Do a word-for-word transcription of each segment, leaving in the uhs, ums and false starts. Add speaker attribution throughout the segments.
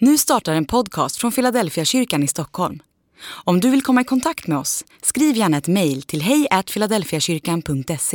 Speaker 1: Nu startar en podcast från Philadelphia kyrkan i Stockholm. Om du vill komma i kontakt med oss, skriv gärna ett mejl till hej at philadelphiakyrkan punkt se.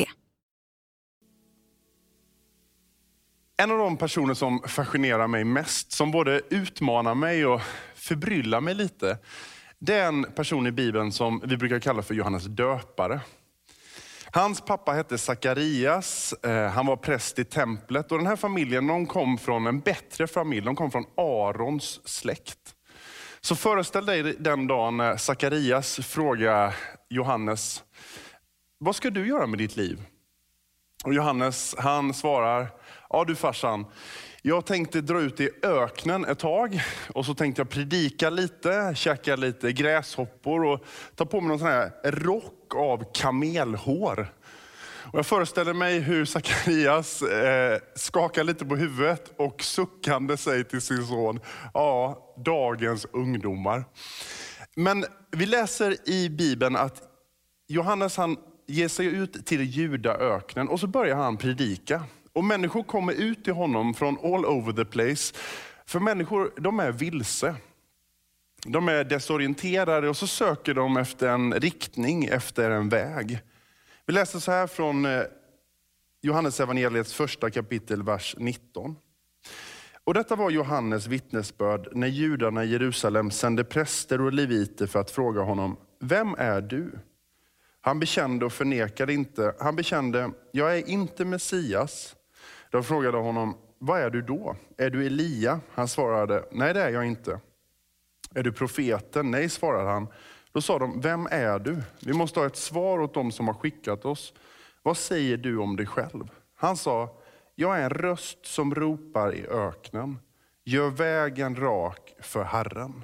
Speaker 2: En av de personer som fascinerar mig mest, som både utmanar mig och förbryllar mig lite, det är en person i Bibeln som vi brukar kalla för Johannes döpare. Hans pappa hette Sakarias, han var präst i templet och den här familjen, de kom från en bättre familj, de kom från Arons släkt. Så föreställ dig den dagen när Sakarias frågar Johannes, vad ska du göra med ditt liv? Och Johannes, han svarar, ja du farsan, jag tänkte dra ut i öknen ett tag och så tänkte jag predika lite, käka lite gräshoppor och ta på mig någon sån här rock av kamelhår. Och jag föreställer mig hur Sakarias eh, skakar lite på huvudet och suckande säger till sin son, ja, dagens ungdomar. Men vi läser i Bibeln att Johannes han ger sig ut till Judaöknen och så börjar han predika. Och människor kommer ut till honom från all over the place. För människor, de är vilse. De är desorienterade och så söker de efter en riktning, efter en väg. Vi läser så här från Johannes evangeliets första kapitel, vers nitton. Och detta var Johannes vittnesbörd när judarna i Jerusalem sände präster och leviter för att fråga honom, vem är du? Han bekände och förnekade inte. Han bekände, jag är inte Messias. De frågade honom, vad är du då? Är du Elia? Han svarade, nej det är jag inte. Är du profeten? Nej, svarade han. Då sa de, vem är du? Vi måste ha ett svar åt dem som har skickat oss. Vad säger du om dig själv? Han sa, jag är en röst som ropar i öknen. Gör vägen rak för Herren.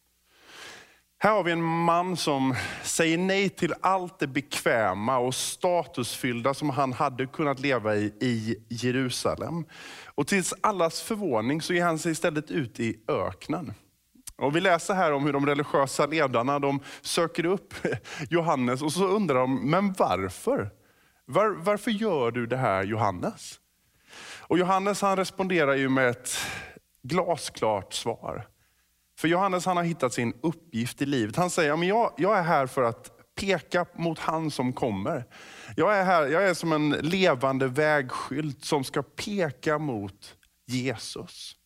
Speaker 2: Här har vi en man som säger nej till allt det bekväma och statusfyllda som han hade kunnat leva i i Jerusalem. Och till allas förvåning så ger han sig istället ut i öknen. Och vi läser här om hur de religiösa ledarna, de söker upp Johannes och så undrar de, men varför? Var, varför gör du det här, Johannes? Och Johannes han responderar ju med ett glasklart svar. För Johannes han har hittat sin uppgift i livet. Han säger, men jag, jag är här för att peka mot han som kommer. Jag är här, jag är som en levande vägskylt som ska peka mot Jesus.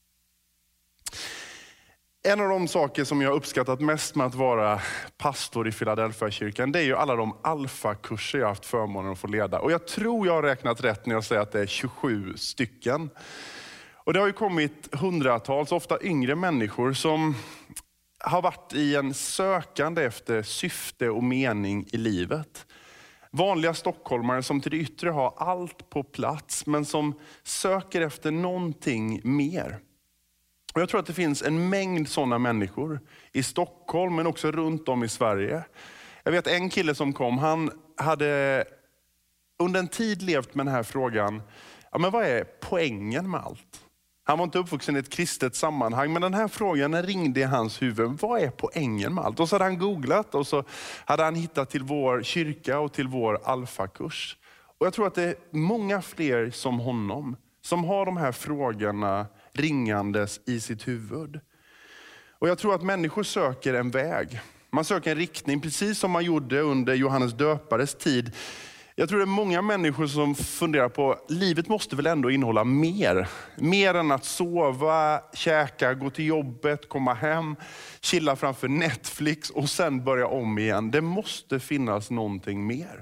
Speaker 2: En av de saker som jag uppskattat mest med att vara pastor i Philadelphia kyrkan, det är ju alla de alfakurser jag haft förmånen att få leda. Och jag tror jag har räknat rätt när jag säger att det är tjugosju stycken. Och det har ju kommit hundratals, ofta yngre människor som har varit i en sökande efter syfte och mening i livet. Vanliga stockholmare som till det yttre har allt på plats men som söker efter någonting mer. Och jag tror att det finns en mängd sådana människor i Stockholm men också runt om i Sverige. Jag vet en kille som kom, han hade under en tid levt med den här frågan, ja men vad är poängen med allt? Han var inte uppvuxen i ett kristet sammanhang, men den här frågan ringde i hans huvud. Vad är poängen med allt? Och så hade han googlat och så hade han hittat till vår kyrka och till vår alfakurs. Och jag tror att det är många fler som honom som har de här frågorna ringandes i sitt huvud. Och jag tror att människor söker en väg. Man söker en riktning, precis som man gjorde under Johannes döpares tid. Jag tror det är många människor som funderar på, livet måste väl ändå innehålla mer. Mer än att sova, käka, gå till jobbet, komma hem, chilla framför Netflix och sen börja om igen. Det måste finnas någonting mer.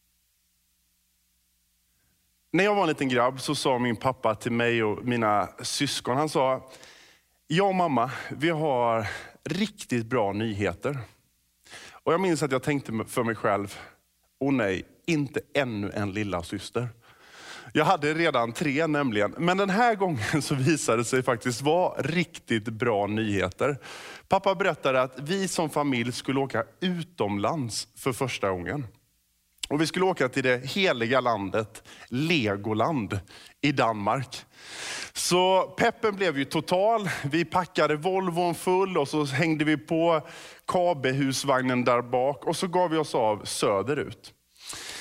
Speaker 2: När jag var en liten grabb så sa min pappa till mig och mina syskon, han sa, jag och mamma, vi har riktigt bra nyheter. Och jag minns att jag tänkte för mig själv, åh nej, inte ännu en lilla syster. Jag hade redan tre nämligen. Men den här gången så visade det sig faktiskt vara riktigt bra nyheter. Pappa berättade att vi som familj skulle åka utomlands för första gången. Och vi skulle åka till det heliga landet Legoland i Danmark. Så peppen blev ju total. Vi packade Volvon full och så hängde vi på K B-husvagnen där bak. Och så gav vi oss av söderut.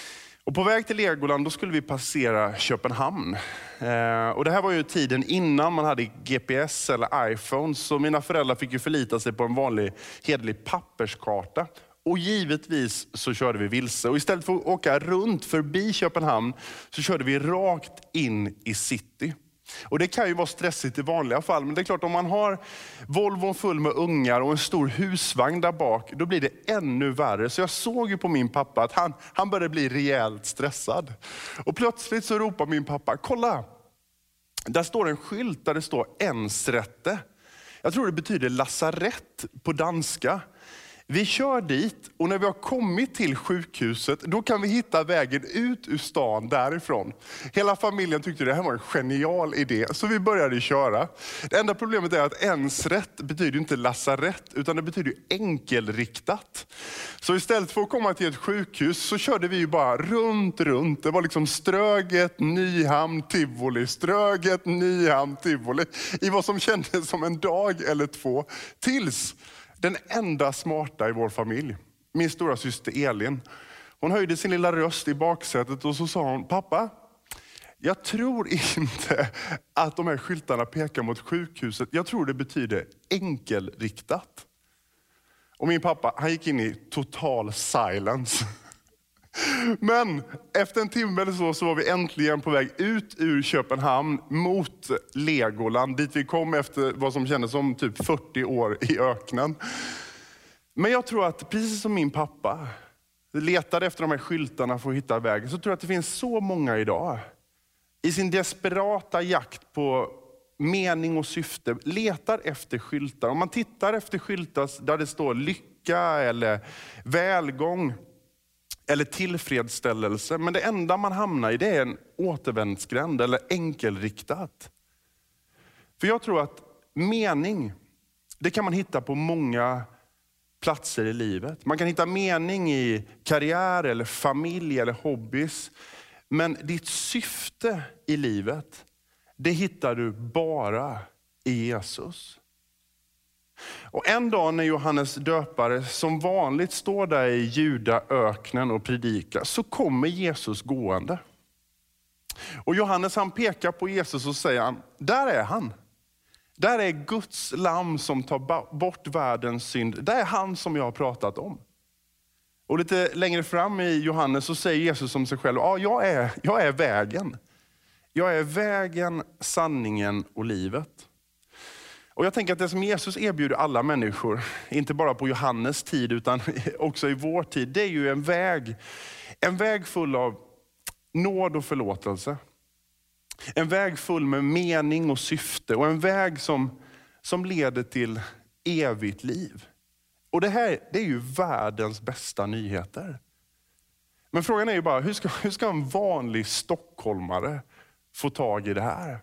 Speaker 2: Och på väg till Legoland då skulle vi passera Köpenhamn. Eh, och det här var ju tiden innan man hade G P S eller iPhone. Så mina föräldrar fick ju förlita sig på en vanlig hederlig papperskarta. Och givetvis så körde vi vilse. Och istället för att åka runt förbi Köpenhamn så körde vi rakt in i city. Och det kan ju vara stressigt i vanliga fall. Men det är klart, om man har Volvo full med ungar och en stor husvagn där bak, då blir det ännu värre. Så jag såg ju på min pappa att han, han började bli rejält stressad. Och plötsligt så ropar min pappa, kolla! Där står en skylt där det står Ensrette. Jag tror det betyder lasarett på danska. Vi kör dit och när vi har kommit till sjukhuset, då kan vi hitta vägen ut ur stan därifrån. Hela familjen tyckte det här var en genial idé, så vi började köra. Det enda problemet är att Ensrätt betyder inte lasarett, utan det betyder enkelriktat. Så istället för att komma till ett sjukhus så körde vi ju bara runt, runt. Det var liksom Ströget, Nyhamn, Tivoli, Ströget, Nyhamn, Tivoli. I vad som kändes som en dag eller två, tills den enda smarta i vår familj, min stora syster Elin, hon höjde sin lilla röst i baksätet och så sa hon, pappa, jag tror inte att de här skyltarna pekar mot sjukhuset. Jag tror det betyder enkelriktat. Och min pappa, han gick in i total silence. Men efter en timme eller så, så var vi äntligen på väg ut ur Köpenhamn mot Legoland. Dit vi kom efter vad som kändes som typ fyrtio år i öknen. Men jag tror att precis som min pappa letade efter de här skyltarna för att hitta vägen, så tror jag att det finns så många idag. I sin desperata jakt på mening och syfte letar efter skyltar. Om man tittar efter skyltar där det står lycka eller välgång eller tillfredsställelse. Men det enda man hamnar i, det är en återvändsgränd eller enkelriktat. För jag tror att mening, det kan man hitta på många platser i livet. Man kan hitta mening i karriär eller familj eller hobbys. Men ditt syfte i livet, det hittar du bara i Jesus. Och en dag när Johannes döpare som vanligt står där i Judaöknen och predikar, så kommer Jesus gående. Och Johannes, han pekar på Jesus och säger, han, där är han. Där är Guds lamm som tar bort världens synd. Där är han som jag har pratat om. Och lite längre fram i Johannes så säger Jesus om sig själv, ja, jag är, jag är vägen. Jag är vägen, sanningen och livet. Och jag tänker att det som Jesus erbjuder alla människor, inte bara på Johannes tid utan också i vår tid, det är ju en väg. En väg full av nåd och förlåtelse. En väg full med mening och syfte. Och en väg som, som leder till evigt liv. Och det här, det är ju världens bästa nyheter. Men frågan är ju bara, hur ska, hur ska en vanlig stockholmare få tag i det här?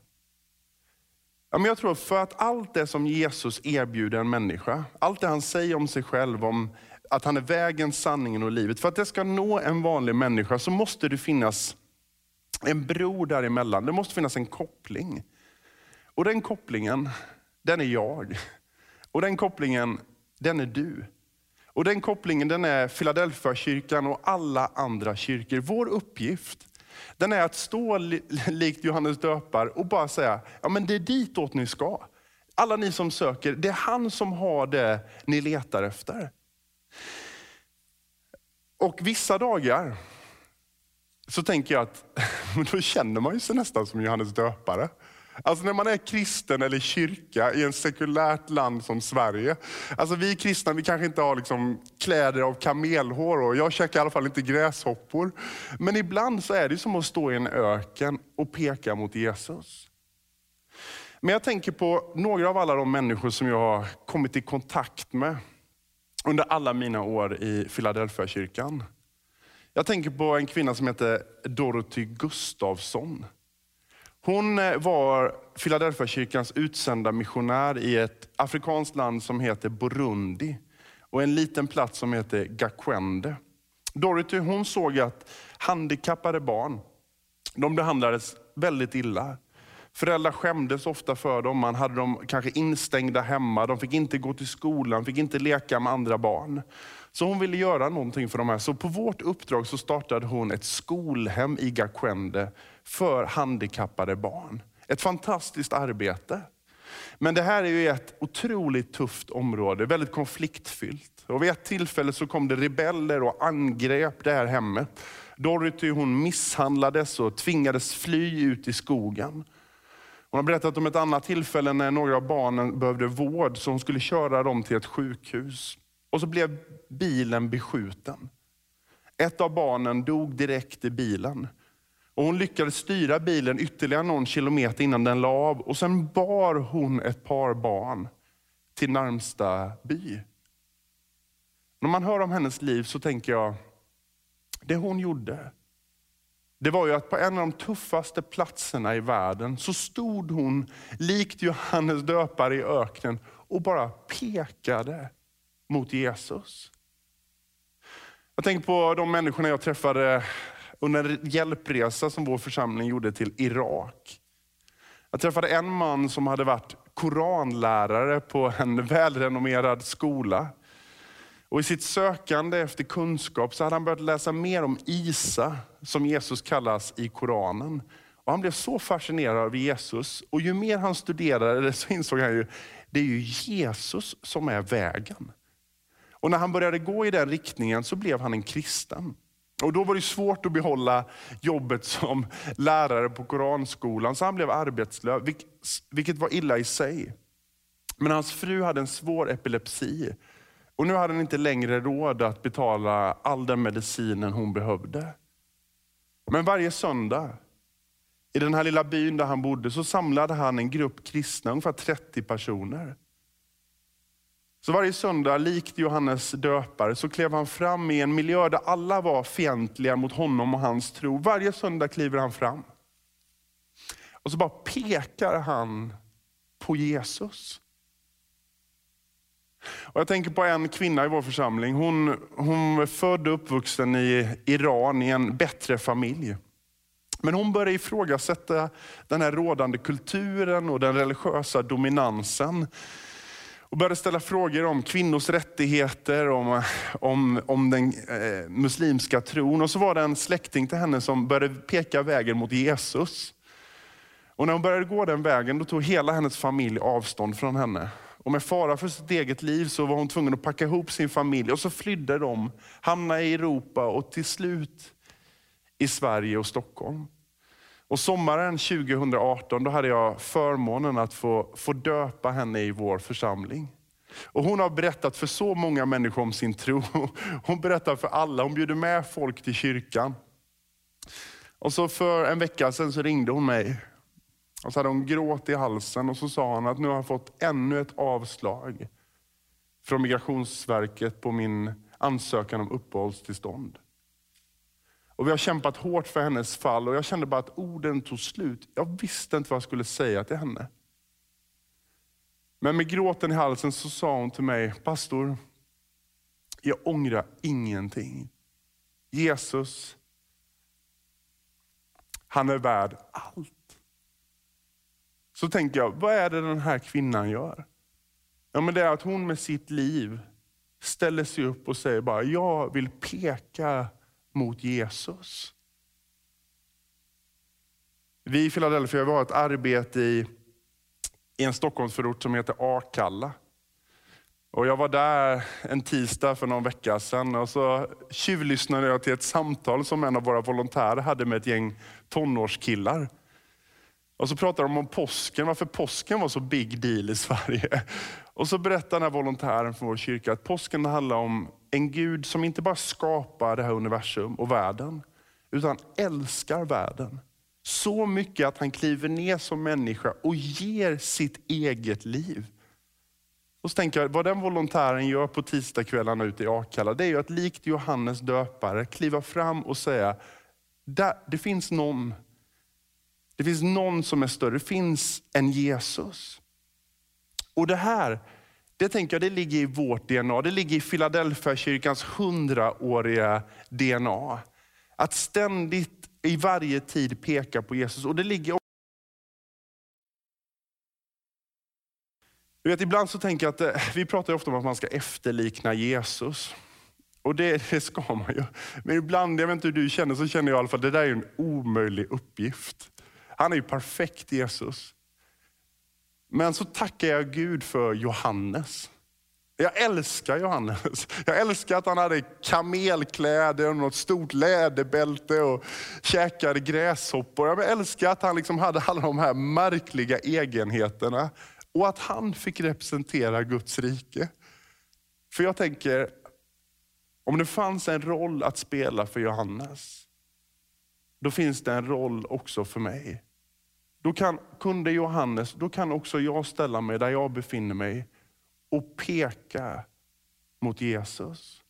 Speaker 2: Ja, men jag tror för att allt det som Jesus erbjuder en människa, allt det han säger om sig själv, om att han är vägen, sanningen och livet. För att det ska nå en vanlig människa så måste det finnas en bro däremellan. Det måste finnas en koppling. Och den kopplingen, den är jag. Och den kopplingen, den är du. Och den kopplingen, den är Philadelphia kyrkan och alla andra kyrkor. Vår uppgift, den är att stå li- likt Johannes döpar och bara säga, ja men det är ditåt ni ska. Alla ni som söker, det är han som har det ni letar efter. Och vissa dagar så tänker jag att då känner man ju sig nästan som Johannes döpare. Alltså när man är kristen eller kyrka i en sekulärt land som Sverige. Alltså vi kristna, vi kanske inte har liksom kläder av kamelhår och jag käkar i alla fall inte gräshoppor. Men ibland så är det som att stå i en öken och peka mot Jesus. Men jag tänker på några av alla de människor som jag har kommit i kontakt med under alla mina år i Philadelphia kyrkan. Jag tänker på en kvinna som heter Dorothy Gustafsson. Hon var Philadelphia kyrkans utsända missionär i ett afrikanskt land som heter Burundi. Och en liten plats som heter Gakwende. Dorothy, hon såg att handikappade barn, de behandlades väldigt illa. Föräldrar skämdes ofta för dem. Man hade dem kanske instängda hemma. De fick inte gå till skolan, fick inte leka med andra barn. Så hon ville göra någonting för de här. Så på vårt uppdrag så startade hon ett skolhem i Gakwende för handikappade barn. Ett fantastiskt arbete. Men det här är ju ett otroligt tufft område, väldigt konfliktfyllt. Och vid ett tillfälle så kom det rebeller och angrep det här hemmet. Dorothy, hon misshandlades och tvingades fly ut i skogen. Hon har berättat om ett annat tillfälle när några av barnen behövde vård, så hon skulle köra dem till ett sjukhus. Och så blev bilen beskjuten. Ett av barnen dog direkt i bilen. Och hon lyckades styra bilen ytterligare någon kilometer innan den la av. Och sen bar hon ett par barn till närmsta by. När man hör om hennes liv så tänker jag, det hon gjorde, det var ju att på en av de tuffaste platserna i världen så stod hon likt Johannes döpare i öknen och bara pekade mot Jesus. Jag tänker på de människorna jag träffade under en hjälpresa som vår församling gjorde till Irak. Jag träffade en man som hade varit koranlärare på en välrenommerad skola. Och i sitt sökande efter kunskap så hade han börjat läsa mer om Isa, som Jesus kallas i Koranen. Och han blev så fascinerad av Jesus. Och ju mer han studerade det så insåg han ju, det är ju Jesus som är vägen. Och när han började gå i den riktningen så blev han en kristen. Och då var det svårt att behålla jobbet som lärare på koranskolan. Så han blev arbetslös, vilket var illa i sig. Men hans fru hade en svår epilepsi. Och nu hade han inte längre råd att betala all den medicinen hon behövde. Men varje söndag i den här lilla byn där han bodde så samlade han en grupp kristna, ungefär trettio personer. Så varje söndag, likt Johannes döpare, så klev han fram i en miljö där alla var fientliga mot honom och hans tro. Varje söndag kliver han fram. Och så bara pekar han på Jesus. Och jag tänker på en kvinna i vår församling. Hon, hon var född och uppvuxen i Iran i en bättre familj. Men hon började ifrågasätta den här rådande kulturen och den religiösa dominansen. Och började ställa frågor om kvinnors rättigheter, om, om, om den eh, muslimska tron. Och så var det en släkting till henne som började peka vägen mot Jesus. Och när hon började gå den vägen då tog hela hennes familj avstånd från henne. Och med fara för sitt eget liv så var hon tvungen att packa ihop sin familj. Och så flydde de, hamnade i Europa och till slut i Sverige och Stockholm. Och sommaren tjugohundraarton då hade jag förmånen att få, få döpa henne i vår församling. Och hon har berättat för så många människor om sin tro. Hon berättar för alla, hon bjuder med folk till kyrkan. Och så för en vecka sedan så ringde hon mig. Och så hade hon gråt i halsen och så sa hon att nu har jag fått ännu ett avslag från Migrationsverket på min ansökan om uppehållstillstånd. Och vi har kämpat hårt för hennes fall och jag kände bara att orden tog slut. Jag visste inte vad jag skulle säga till henne. Men med gråten i halsen så sa hon till mig, pastor, jag ångrar ingenting. Jesus, han är värd allt. Så tänker jag, vad är det den här kvinnan gör? Ja, men det är att hon med sitt liv ställer sig upp och säger bara, jag vill peka mot Jesus. Vi i Philadelphia vi har ett arbete i, i en Stockholmsförort som heter Akalla. Och jag var där en tisdag för någon vecka sedan och så tjuvlyssnade jag till ett samtal som en av våra volontärer hade med ett gäng tonårskillar. Och så pratade de om påsken, varför påsken var så big deal i Sverige. Och så berättade den här volontären från vår kyrka att påsken handlar om en Gud som inte bara skapar det här universum och världen, utan älskar världen. Så mycket att han kliver ner som människa och ger sitt eget liv. Och så tänker jag, vad den volontären gör på tisdagskvällarna ute i Akalla, det är ju att likt Johannes döpare kliva fram och säga, det finns någon Det finns någon som är större. Det finns en Jesus. Och det här, det tänker jag, det ligger i vårt D N A. Det ligger i Philadelphia kyrkans hundraåriga D N A. Att ständigt i varje tid peka på Jesus. Och det ligger Du vet, ibland så tänker jag att vi pratar ofta om att man ska efterlikna Jesus. Och det, det ska man ju. Men ibland, jag vet inte hur du känner, så känner jag i alla fall att det där är en omöjlig uppgift. Han är ju perfekt, Jesus. Men så tackar jag Gud för Johannes. Jag älskar Johannes. Jag älskar att han hade kamelkläder och något stort läderbälte och käkade gräshoppor. Jag älskar att han liksom hade alla de här märkliga egenheterna. Och att han fick representera Guds rike. För jag tänker, om det fanns en roll att spela för Johannes, då finns det en roll också för mig. Då kan, kunde Johannes, då kan också jag ställa mig där jag befinner mig och peka mot Jesus.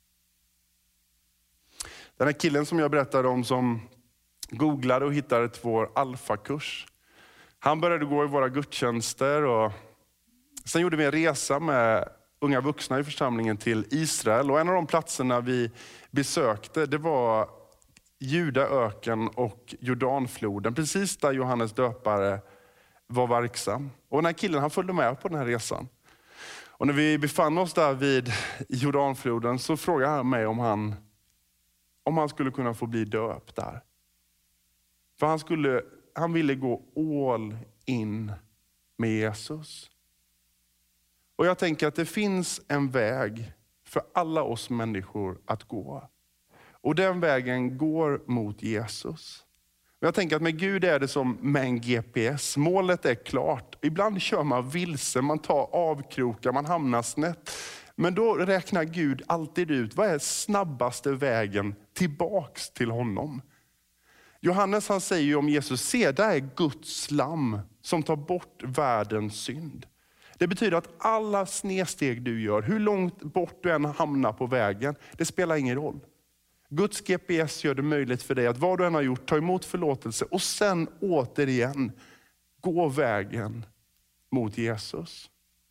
Speaker 2: Den här killen som jag berättade om, som googlade och hittade till vår alfakurs. Han började gå i våra gudstjänster och sen gjorde vi en resa med unga vuxna i församlingen till Israel. Och en av de platserna vi besökte, det var Judaöken och Jordanfloden. Precis där Johannes döpare var verksam. Och den här killen, han följde med på den här resan. Och när vi befann oss där vid Jordanfloden så frågade han mig om han, om han skulle kunna få bli döpt där. För han, skulle, han ville gå all in med Jesus. Och jag tänker att det finns en väg för alla oss människor att gå. Och den vägen går mot Jesus. Och jag tänker att med Gud är det som med en G P S. Målet är klart. Ibland kör man vilse, man tar avkrokar, man hamnar snett. Men då räknar Gud alltid ut, vad är snabbaste vägen tillbaks till honom? Johannes, han säger ju om Jesus, se där är Guds lamm som tar bort världens synd. Det betyder att alla snedsteg du gör, hur långt bort du än hamnar på vägen, det spelar ingen roll. Guds G P S gör det möjligt för dig att vad du än har gjort, ta emot förlåtelse och sen återigen gå vägen mot Jesus.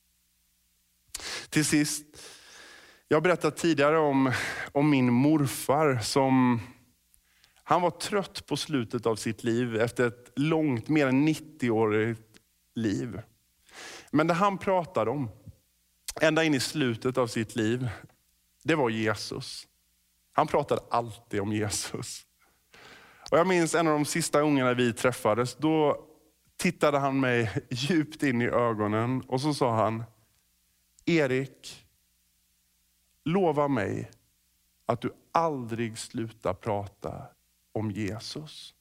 Speaker 2: Till sist, jag har berättat tidigare om, om min morfar som, han var trött på slutet av sitt liv efter ett långt, mer än nittio-årigt liv. Men det han pratade om, ända in i slutet av sitt liv, det var Jesus. Han pratade alltid om Jesus. Och jag minns en av de sista gångerna vi träffades, då tittade han mig djupt in i ögonen och så sa han, Erik, lova mig att du aldrig slutar prata om Jesus.